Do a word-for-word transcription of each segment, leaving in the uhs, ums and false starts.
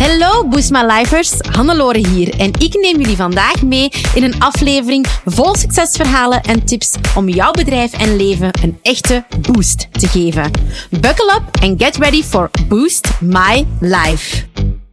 Hallo Boost My Lifers, Hannelore hier en ik neem jullie vandaag mee in een aflevering vol succesverhalen en tips om jouw bedrijf en leven een echte boost te geven. Buckle up and get ready for Boost My Life.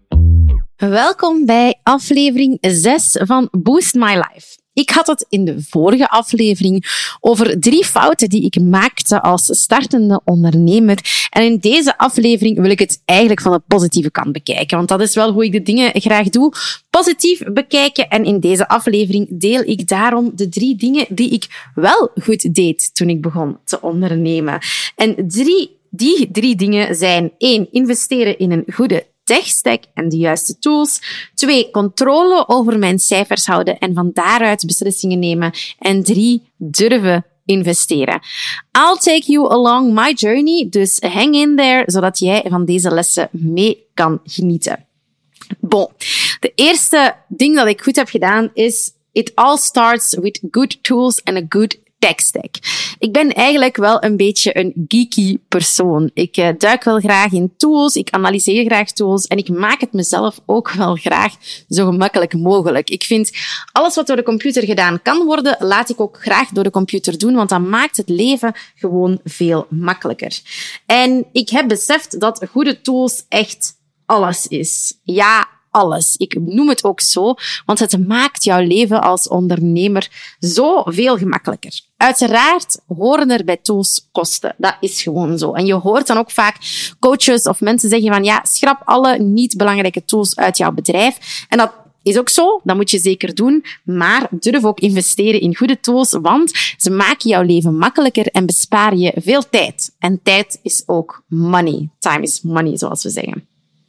Welkom bij aflevering zes van Boost My Life. Ik had het in de vorige aflevering over drie fouten die ik maakte als startende ondernemer. En in deze aflevering wil ik het eigenlijk van de positieve kant bekijken. Want dat is wel hoe ik de dingen graag doe. Positief bekijken. En in deze aflevering deel ik daarom de drie dingen die ik wel goed deed toen ik begon te ondernemen. En drie, die drie dingen zijn: één, investeren in een goede tech-stack en de juiste tools. Twee, controle over mijn cijfers houden en van daaruit beslissingen nemen. En drie, durven investeren. I'll take you along my journey, dus hang in there, zodat jij van deze lessen mee kan genieten. Bon, de eerste ding dat ik goed heb gedaan is: it all starts with good tools and a good tech stack. Ik ben eigenlijk wel een beetje een geeky persoon. Ik uh, duik wel graag in tools, ik analyseer graag tools en ik maak het mezelf ook wel graag zo gemakkelijk mogelijk. Ik vind alles wat door de computer gedaan kan worden, laat ik ook graag door de computer doen, want dat maakt het leven gewoon veel makkelijker. En ik heb beseft dat goede tools echt alles is. Ja, alles. Ik noem het ook zo, want het maakt jouw leven als ondernemer zo veel gemakkelijker. Uiteraard horen er bij tools kosten. Dat is gewoon zo. En je hoort dan ook vaak coaches of mensen zeggen van ja, schrap alle niet belangrijke tools uit jouw bedrijf. En dat is ook zo, dat moet je zeker doen, maar durf ook investeren in goede tools, want ze maken jouw leven makkelijker en besparen je veel tijd. En tijd is ook money. Time is money, zoals we zeggen.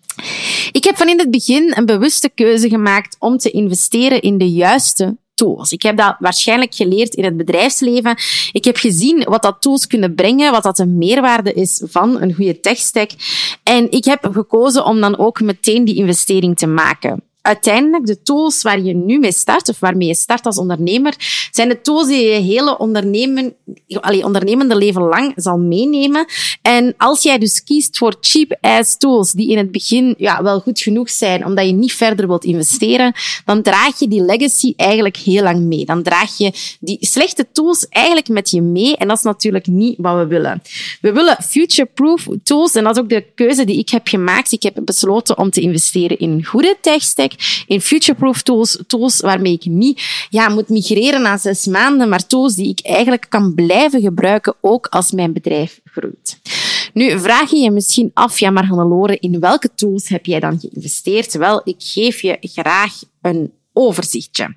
Ik heb van in het begin een bewuste keuze gemaakt om te investeren in de juiste tools. Ik heb dat waarschijnlijk geleerd in het bedrijfsleven. Ik heb gezien wat dat tools kunnen brengen, wat dat de meerwaarde is van een goede tech-stack. En ik heb gekozen om dan ook meteen die investering te maken. Uiteindelijk, de tools waar je nu mee start, of waarmee je start als ondernemer, zijn de tools die je hele ondernemen, allee, ondernemende leven lang zal meenemen. En als jij dus kiest voor cheap-ass tools die in het begin ja, wel goed genoeg zijn, omdat je niet verder wilt investeren, dan draag je die legacy eigenlijk heel lang mee. Dan draag je die slechte tools eigenlijk met je mee. En dat is natuurlijk niet wat we willen. We willen future-proof tools. En dat is ook de keuze die ik heb gemaakt. Ik heb besloten om te investeren in een goede tech-stack, in future-proof tools, tools waarmee ik niet ja, moet migreren na zes maanden, maar tools die ik eigenlijk kan blijven gebruiken, ook als mijn bedrijf groeit. Nu vraag je je misschien af, ja maar Hannelore, in welke tools heb jij dan geïnvesteerd? Wel, ik geef je graag een overzichtje.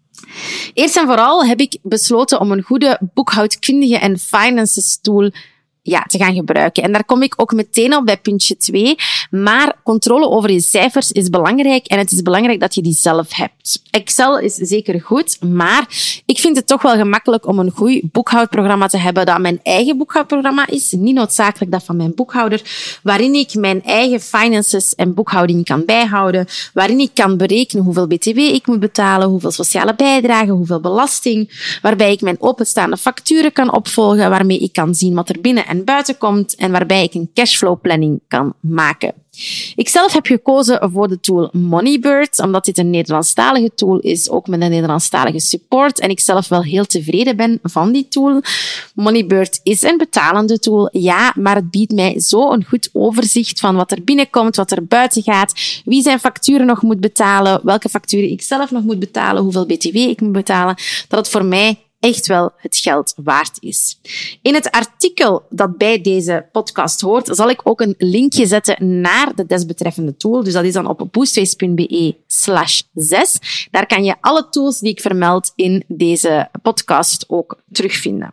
Eerst en vooral heb ik besloten om een goede boekhoudkundige en finances tool ja, te gaan gebruiken. En daar kom ik ook meteen op bij puntje twee. Maar controle over je cijfers is belangrijk en het is belangrijk dat je die zelf hebt. Excel is zeker goed, maar ik vind het toch wel gemakkelijk om een goed boekhoudprogramma te hebben dat mijn eigen boekhoudprogramma is, niet noodzakelijk dat van mijn boekhouder, waarin ik mijn eigen finances en boekhouding kan bijhouden, waarin ik kan berekenen hoeveel B T W ik moet betalen, hoeveel sociale bijdragen, hoeveel belasting, waarbij ik mijn openstaande facturen kan opvolgen, waarmee ik kan zien wat er binnen en buiten komt en waarbij ik een cashflow-planning kan maken. Ik zelf heb gekozen voor de tool Moneybird, omdat dit een Nederlandstalige tool is, ook met een Nederlandstalige support, en ik zelf wel heel tevreden ben van die tool. Moneybird is een betalende tool, ja, maar het biedt mij zo een goed overzicht van wat er binnenkomt, wat er buiten gaat, wie zijn facturen nog moet betalen, welke facturen ik zelf nog moet betalen, hoeveel B T W ik moet betalen, dat het voor mij echt wel het geld waard is. In het artikel dat bij deze podcast hoort, zal ik ook een linkje zetten naar de desbetreffende tool. Dus dat is dan op boostways.be slash zes. Daar kan je alle tools die ik vermeld in deze podcast ook terugvinden.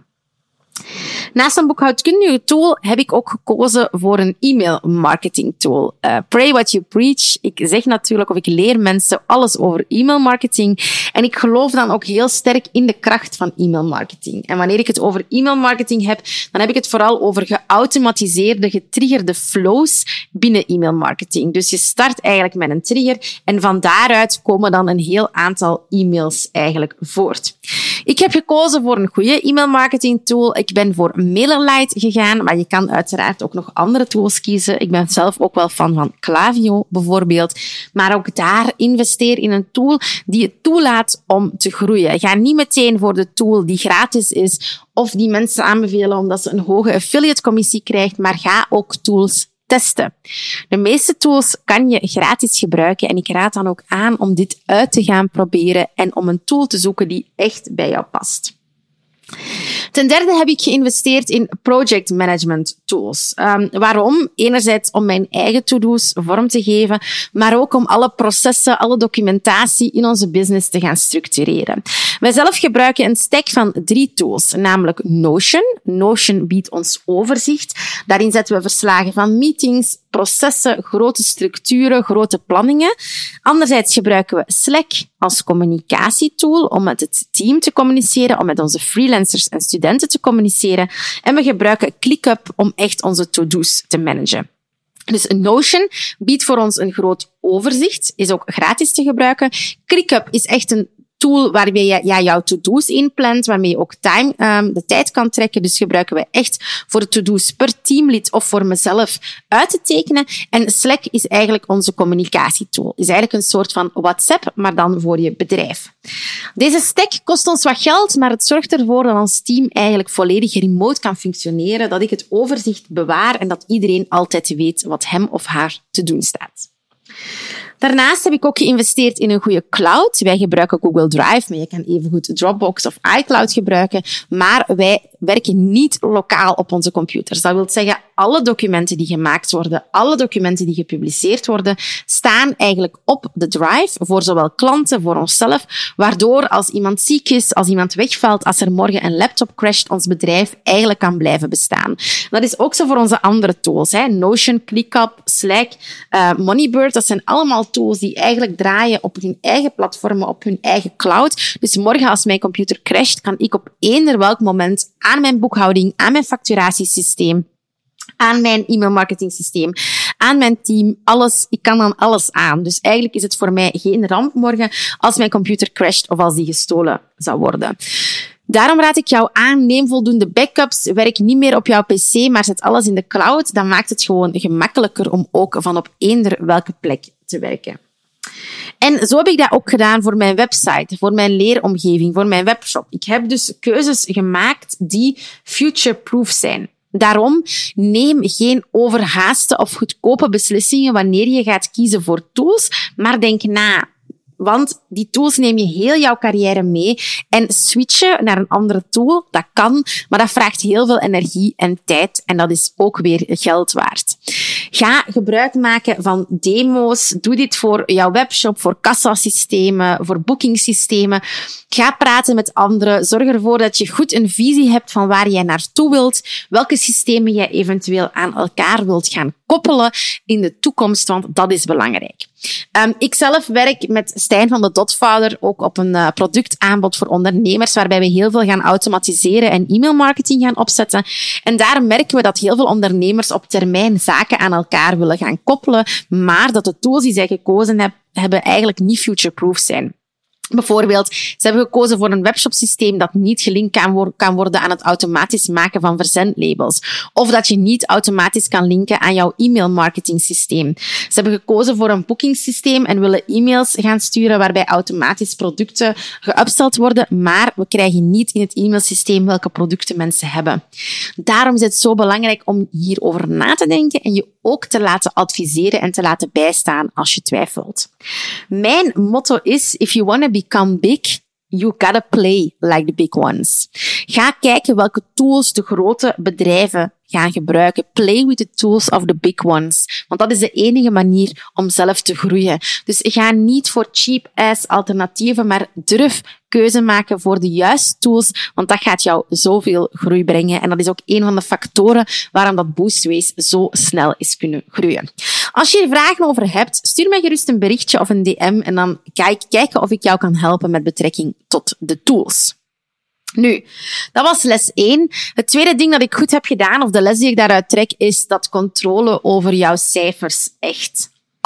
Naast een boekhoudkundige tool heb ik ook gekozen voor een e-mail marketing tool. Uh, pray what you preach. Ik zeg natuurlijk, of ik leer mensen alles over e-mail marketing. En ik geloof dan ook heel sterk in de kracht van e-mail marketing. En wanneer ik het over e-mail marketing heb, dan heb ik het vooral over geautomatiseerde, getriggerde flows binnen e-mail marketing. Dus je start eigenlijk met een trigger en van daaruit komen dan een heel aantal e-mails eigenlijk voort. Ik heb gekozen voor een goede e-mailmarketing tool. Ik ben voor MailerLite gegaan, maar je kan uiteraard ook nog andere tools kiezen. Ik ben zelf ook wel fan van Klaviyo bijvoorbeeld. Maar ook daar investeer in een tool die je toelaat om te groeien. Ga niet meteen voor de tool die gratis is of die mensen aanbevelen omdat ze een hoge affiliatecommissie krijgt, maar ga ook tools testen. De meeste tools kan je gratis gebruiken en ik raad dan ook aan om dit uit te gaan proberen en om een tool te zoeken die echt bij jou past. Ten derde heb ik geïnvesteerd in project management tools. Um, waarom? Enerzijds om mijn eigen to-do's vorm te geven, maar ook om alle processen, alle documentatie in onze business te gaan structureren. Wij zelf gebruiken een stack van drie tools, namelijk Notion. Notion biedt ons overzicht. Daarin zetten we verslagen van meetings, processen, grote structuren, grote planningen. Anderzijds gebruiken we Slack als communicatietool om met het team te communiceren, om met onze freelancers en studenten te communiceren. En we gebruiken ClickUp om echt onze to-do's te managen. Dus Notion biedt voor ons een groot overzicht, is ook gratis te gebruiken. ClickUp is echt een tool waarmee je ja, jouw to-do's inplant, waarmee je ook time, um, de tijd kan trekken. Dus gebruiken we echt voor de to-do's per teamlid of voor mezelf uit te tekenen. En Slack is eigenlijk onze communicatietool. Is eigenlijk een soort van WhatsApp, maar dan voor je bedrijf. Deze stack kost ons wat geld, maar het zorgt ervoor dat ons team eigenlijk volledig remote kan functioneren, dat ik het overzicht bewaar en dat iedereen altijd weet wat hem of haar te doen staat. Daarnaast heb ik ook geïnvesteerd in een goede cloud. Wij gebruiken Google Drive, maar je kan evengoed Dropbox of iCloud gebruiken. Maar wij werken niet lokaal op onze computers. Dat wil zeggen, alle documenten die gemaakt worden, alle documenten die gepubliceerd worden, staan eigenlijk op de Drive voor zowel klanten, voor onszelf, waardoor als iemand ziek is, als iemand wegvalt, als er morgen een laptop crasht, ons bedrijf eigenlijk kan blijven bestaan. Dat is ook zo voor onze andere tools. Hè. Notion, ClickUp, Slack, uh, Moneybird, dat zijn allemaal tools die eigenlijk draaien op hun eigen platformen, op hun eigen cloud. Dus morgen als mijn computer crasht, kan ik op eender welk moment aan mijn boekhouding, aan mijn facturatiesysteem, aan mijn e-mailmarketing systeem, aan mijn team, alles, ik kan dan alles aan. Dus eigenlijk is het voor mij geen ramp morgen als mijn computer crasht of als die gestolen zou worden. Daarom raad ik jou aan, neem voldoende backups, werk niet meer op jouw pc, maar zet alles in de cloud. Dan maakt het gewoon gemakkelijker om ook van op eender welke plek te werken. En zo heb ik dat ook gedaan voor mijn website, voor mijn leeromgeving, voor mijn webshop. Ik heb dus keuzes gemaakt die future-proof zijn. Daarom neem geen overhaaste of goedkope beslissingen wanneer je gaat kiezen voor tools, maar denk na. Want die tools neem je heel jouw carrière mee. En switchen naar een andere tool, dat kan, maar dat vraagt heel veel energie en tijd. En dat is ook weer geld waard. Ga gebruik maken van demo's. Doe dit voor jouw webshop, voor kassasystemen, voor boekingssystemen. Ga praten met anderen. Zorg ervoor dat je goed een visie hebt van waar jij naartoe wilt, welke systemen jij eventueel aan elkaar wilt gaan koppelen in de toekomst, want dat is belangrijk. Um, ik zelf werk met Stijn van de Dotfather ook op een uh, productaanbod voor ondernemers, waarbij we heel veel gaan automatiseren en e-mailmarketing gaan opzetten. En daar merken we dat heel veel ondernemers op termijn zaken aan elkaar willen gaan koppelen, maar dat de tools die zij gekozen heb, hebben eigenlijk niet future-proof zijn. Bijvoorbeeld, ze hebben gekozen voor een webshopsysteem dat niet gelinkt kan, wo- kan worden aan het automatisch maken van verzendlabels. Of dat je niet automatisch kan linken aan jouw e-mailmarketing systeem. Ze hebben gekozen voor een boekingssysteem en willen e-mails gaan sturen waarbij automatisch producten geupseld worden, maar we krijgen niet in het e-mailsysteem welke producten mensen hebben. Daarom is het zo belangrijk om hierover na te denken en je ook te laten adviseren en te laten bijstaan als je twijfelt. Mijn motto is, if you want to become big, you gotta play like the big ones. Ga kijken welke tools de grote bedrijven gaan gebruiken. Play with the tools of the big ones. Want dat is de enige manier om zelf te groeien. Dus ga niet voor cheap-ass alternatieven, maar durf keuze maken voor de juiste tools, want dat gaat jou zoveel groei brengen. En dat is ook een van de factoren waarom dat Boostways zo snel is kunnen groeien. Als je er vragen over hebt, stuur mij gerust een berichtje of een D M en dan ga ik kijken of ik jou kan helpen met betrekking tot de tools. Nu, dat was les één. Het tweede ding dat ik goed heb gedaan, of de les die ik daaruit trek, is dat controle over jouw cijfers echt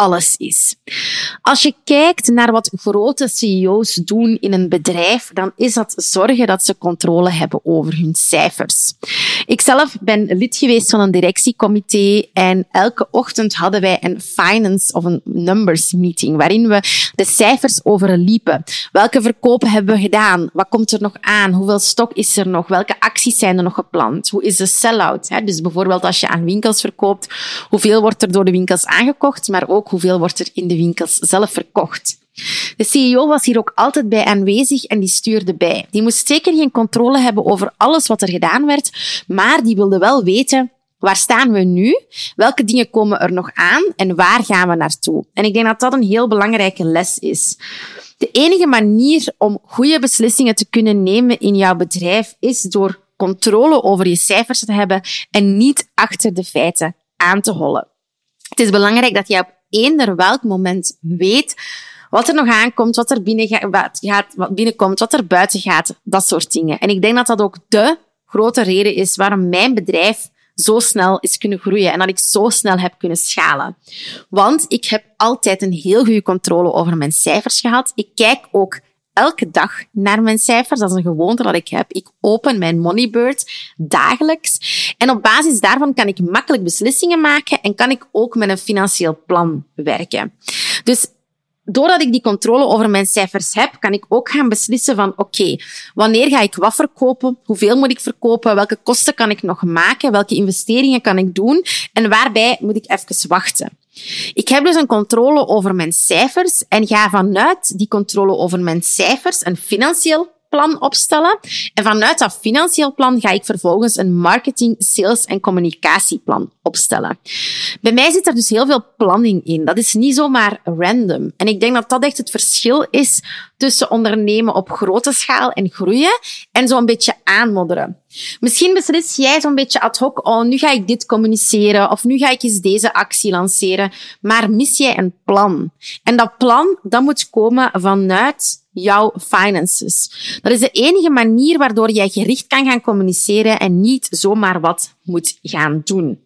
alles is. Als je kijkt naar wat grote C E O's doen in een bedrijf, dan is dat zorgen dat ze controle hebben over hun cijfers. Ikzelf ben lid geweest van een directiecomité en elke ochtend hadden wij een finance of een numbers meeting waarin we de cijfers overliepen. Welke verkopen hebben we gedaan? Wat komt er nog aan? Hoeveel stok is er nog? Welke acties zijn er nog gepland? Hoe is de sell-out? Dus bijvoorbeeld als je aan winkels verkoopt, hoeveel wordt er door de winkels aangekocht, maar ook hoeveel wordt er in de winkels zelf verkocht. De C E O was hier ook altijd bij aanwezig en die stuurde bij. Die moest zeker geen controle hebben over alles wat er gedaan werd, maar die wilde wel weten, waar staan we nu? Welke dingen komen er nog aan? En waar gaan we naartoe? En ik denk dat dat een heel belangrijke les is. De enige manier om goede beslissingen te kunnen nemen in jouw bedrijf is door controle over je cijfers te hebben en niet achter de feiten aan te hollen. Het is belangrijk dat je op eender welk moment weet wat er nog aankomt, wat er binnen gaat, wat binnenkomt, wat er buiten gaat, dat soort dingen. En ik denk dat dat ook de grote reden is waarom mijn bedrijf zo snel is kunnen groeien en dat ik zo snel heb kunnen schalen. Want ik heb altijd een heel goede controle over mijn cijfers gehad. Ik kijk ook elke dag naar mijn cijfers. Dat is een gewoonte dat ik heb. Ik open mijn Moneybird dagelijks. En op basis daarvan kan ik makkelijk beslissingen maken en kan ik ook met een financieel plan werken. Dus doordat ik die controle over mijn cijfers heb, kan ik ook gaan beslissen van oké, okay, wanneer ga ik wat verkopen? Hoeveel moet ik verkopen? Welke kosten kan ik nog maken? Welke investeringen kan ik doen? En waarbij moet ik even wachten? Ik heb dus een controle over mijn cijfers en ga vanuit die controle over mijn cijfers een financieel plan opstellen. En vanuit dat financieel plan ga ik vervolgens een marketing, sales en communicatieplan opstellen. Bij mij zit er dus heel veel planning in. Dat is niet zomaar random. En ik denk dat dat echt het verschil is tussen ondernemen op grote schaal en groeien en zo'n beetje aanmodderen. Misschien beslis jij zo'n beetje ad hoc, oh, nu ga ik dit communiceren of nu ga ik eens deze actie lanceren, maar mis jij een plan. En dat plan, dat moet komen vanuit jouw finances. Dat is de enige manier waardoor jij gericht kan gaan communiceren en niet zomaar wat moet gaan doen.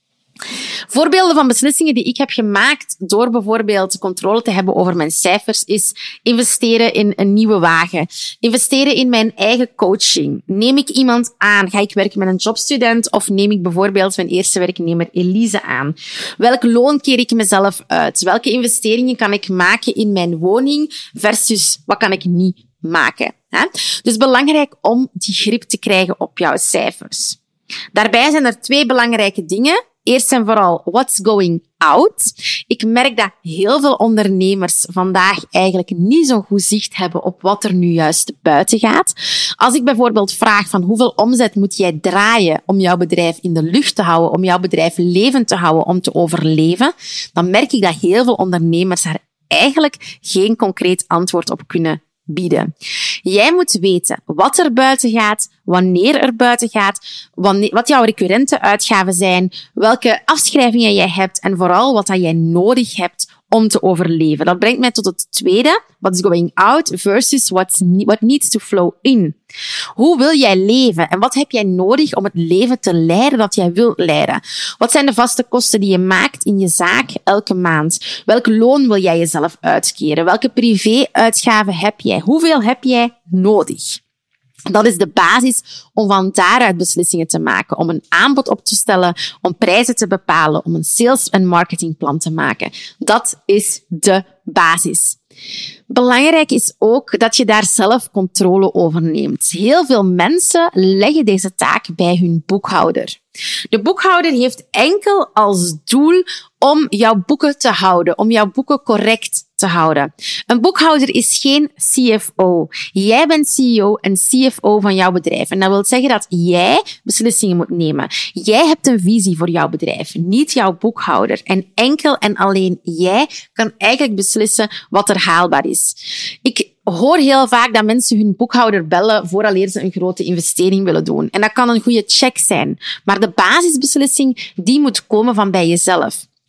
Voorbeelden van beslissingen die ik heb gemaakt door bijvoorbeeld controle te hebben over mijn cijfers is investeren in een nieuwe wagen. Investeren in mijn eigen coaching. Neem ik iemand aan? Ga ik werken met een jobstudent of neem ik bijvoorbeeld mijn eerste werknemer Elise aan? Welk loon keer ik mezelf uit? Welke investeringen kan ik maken in mijn woning versus wat kan ik niet maken? Dus belangrijk om die grip te krijgen op jouw cijfers. Daarbij zijn er twee belangrijke dingen. Eerst en vooral, what's going out? Ik merk dat heel veel ondernemers vandaag eigenlijk niet zo'n goed zicht hebben op wat er nu juist buiten gaat. Als ik bijvoorbeeld vraag van hoeveel omzet moet jij draaien om jouw bedrijf in de lucht te houden, om jouw bedrijf levend te houden, om te overleven, dan merk ik dat heel veel ondernemers daar eigenlijk geen concreet antwoord op kunnen bieden. Jij moet weten wat er buiten gaat, wanneer er buiten gaat, wanneer, wat jouw recurrente uitgaven zijn, welke afschrijvingen jij hebt en vooral wat dat jij nodig hebt om te overleven. Dat brengt mij tot het tweede, what's going out versus what's, what needs to flow in. Hoe wil jij leven en wat heb jij nodig om het leven te leiden dat jij wilt leiden? Wat zijn de vaste kosten die je maakt in je zaak elke maand? Welk loon wil jij jezelf uitkeren? Welke privé-uitgaven heb jij? Hoeveel heb jij nodig? Dat is de basis om van daaruit beslissingen te maken, om een aanbod op te stellen, om prijzen te bepalen, om een sales- en marketingplan te maken. Dat is de basis. Belangrijk is ook dat je daar zelf controle over neemt. Heel veel mensen leggen deze taak bij hun boekhouder. De boekhouder heeft enkel als doel om jouw boeken te houden, om jouw boeken correct te houden. Een boekhouder is geen C F O. Jij bent C E O en C F O van jouw bedrijf. En dat wil zeggen dat jij beslissingen moet nemen. Jij hebt een visie voor jouw bedrijf, niet jouw boekhouder. En enkel en alleen jij kan eigenlijk beslissen wat er haalbaar is. Ik hoor heel vaak dat mensen hun boekhouder bellen vooraleer ze een grote investering willen doen. En dat kan een goede check zijn. Maar de basisbeslissing, die moet komen van bij jezelf.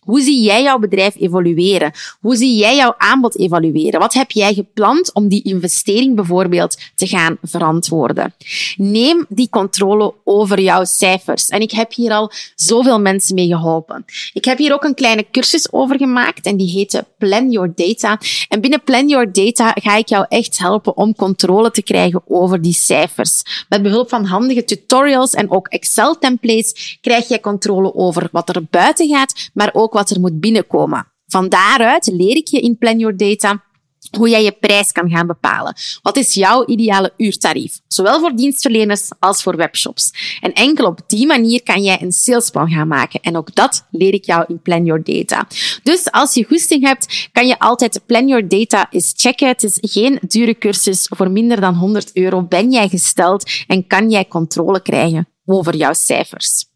Hoe zie jij jouw bedrijf evolueren? Hoe zie jij jouw aanbod evolueren? Wat heb jij gepland om die investering bijvoorbeeld te gaan verantwoorden? Neem die controle over jouw cijfers. En ik heb hier al zoveel mensen mee geholpen. Ik heb hier ook een kleine cursus over gemaakt en die heette Plan Your Data. En binnen Plan Your Data ga ik jou echt helpen om controle te krijgen over die cijfers. Met behulp van handige tutorials en ook Excel-templates krijg jij controle over wat er buiten gaat, maar ook wat er moet binnenkomen. Van daaruit leer ik je in Plan Your Data hoe jij je prijs kan gaan bepalen. Wat is jouw ideale uurtarief? Zowel voor dienstverleners als voor webshops. En enkel op die manier kan jij een salesplan gaan maken. En ook dat leer ik jou in Plan Your Data. Dus als je goesting hebt, kan je altijd Plan Your Data eens checken. Het is geen dure cursus. Voor minder dan honderd euro ben jij gesteld en kan jij controle krijgen over jouw cijfers.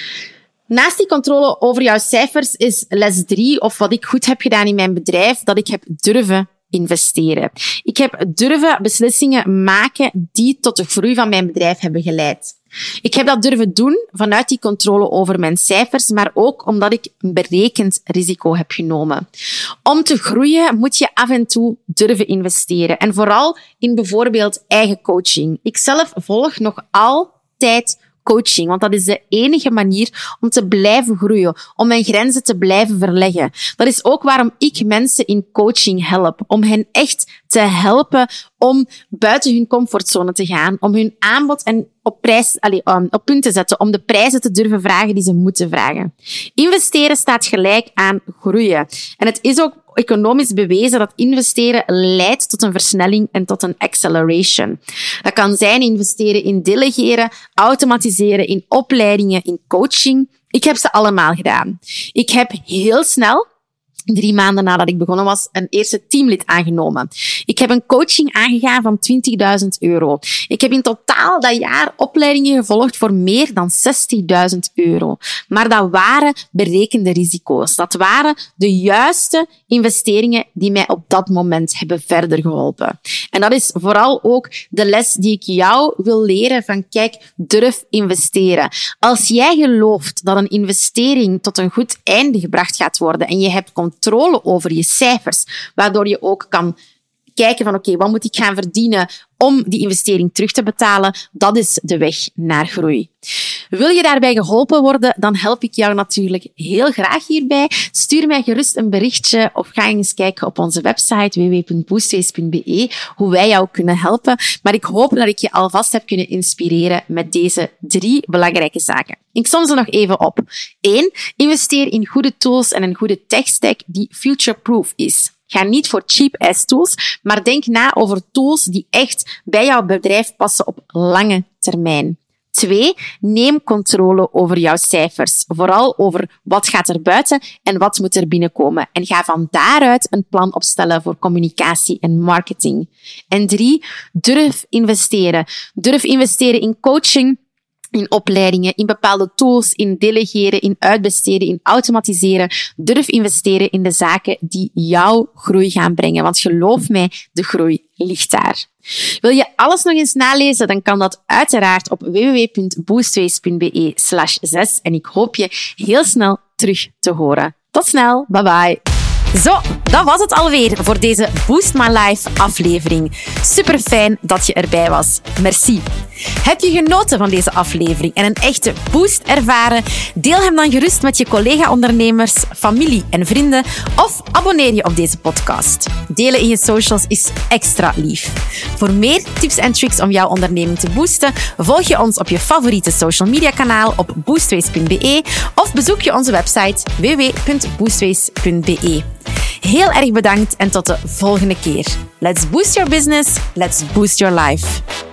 Naast die controle over jouw cijfers is les drie, of wat ik goed heb gedaan in mijn bedrijf, dat ik heb durven investeren. Ik heb durven beslissingen maken die tot de groei van mijn bedrijf hebben geleid. Ik heb dat durven doen vanuit die controle over mijn cijfers, maar ook omdat ik een berekend risico heb genomen. Om te groeien moet je af en toe durven investeren. En vooral in bijvoorbeeld eigen coaching. Ik zelf volg nog altijd coaching, want dat is de enige manier om te blijven groeien, om mijn grenzen te blijven verleggen. Dat is ook waarom ik mensen in coaching help, om hen echt te helpen om buiten hun comfortzone te gaan, om hun aanbod en op prijs, allez, um, op punt te zetten, om de prijzen te durven vragen die ze moeten vragen. Investeren staat gelijk aan groeien. En het is ook economisch bewezen dat investeren leidt tot een versnelling en tot een acceleration. Dat kan zijn investeren in delegeren, automatiseren, in opleidingen, in coaching. Ik heb ze allemaal gedaan. Ik heb heel snel, drie maanden nadat ik begonnen was, een eerste teamlid aangenomen. Ik heb een coaching aangegaan van twintigduizend euro. Ik heb in totaal dat jaar opleidingen gevolgd voor meer dan zestigduizend euro. Maar dat waren berekende risico's. Dat waren de juiste investeringen die mij op dat moment hebben verder geholpen. En dat is vooral ook de les die ik jou wil leren van kijk, durf investeren. Als jij gelooft dat een investering tot een goed einde gebracht gaat worden en je hebt controle over je cijfers, waardoor je ook kan kijken van oké, okay, wat moet ik gaan verdienen om die investering terug te betalen, dat is de weg naar groei. Wil je daarbij geholpen worden, dan help ik jou natuurlijk heel graag hierbij. Stuur mij gerust een berichtje of ga eens kijken op onze website w w w punt boostways punt b e hoe wij jou kunnen helpen. Maar ik hoop dat ik je alvast heb kunnen inspireren met deze drie belangrijke zaken. Ik som ze nog even op. Eén, investeer in goede tools en een goede tech stack die future-proof is. Ga niet voor cheap-ass tools, maar denk na over tools die echt bij jouw bedrijf passen op lange termijn. Twee, neem controle over jouw cijfers. Vooral over wat gaat er buiten en wat moet er binnenkomen. En ga van daaruit een plan opstellen voor communicatie en marketing. En drie, durf investeren. Durf investeren in coaching, in opleidingen, in bepaalde tools, in delegeren, in uitbesteden, in automatiseren. Durf investeren in de zaken die jouw groei gaan brengen. Want geloof mij, de groei ligt daar. Wil je alles nog eens nalezen, dan kan dat uiteraard op w w w punt boostways punt b e slash zes. En ik hoop je heel snel terug te horen. Tot snel, bye bye. Zo, dat was het alweer voor deze Boost My Life aflevering. Super fijn dat je erbij was. Merci. Heb je genoten van deze aflevering en een echte boost ervaren? Deel hem dan gerust met je collega-ondernemers, familie en vrienden of abonneer je op deze podcast. Delen in je socials is extra lief. Voor meer tips en tricks om jouw onderneming te boosten, volg je ons op je favoriete social media kanaal op boostways punt b e of bezoek je onze website w w w punt boostways punt b e. Heel erg bedankt en tot de volgende keer. Let's boost your business, let's boost your life.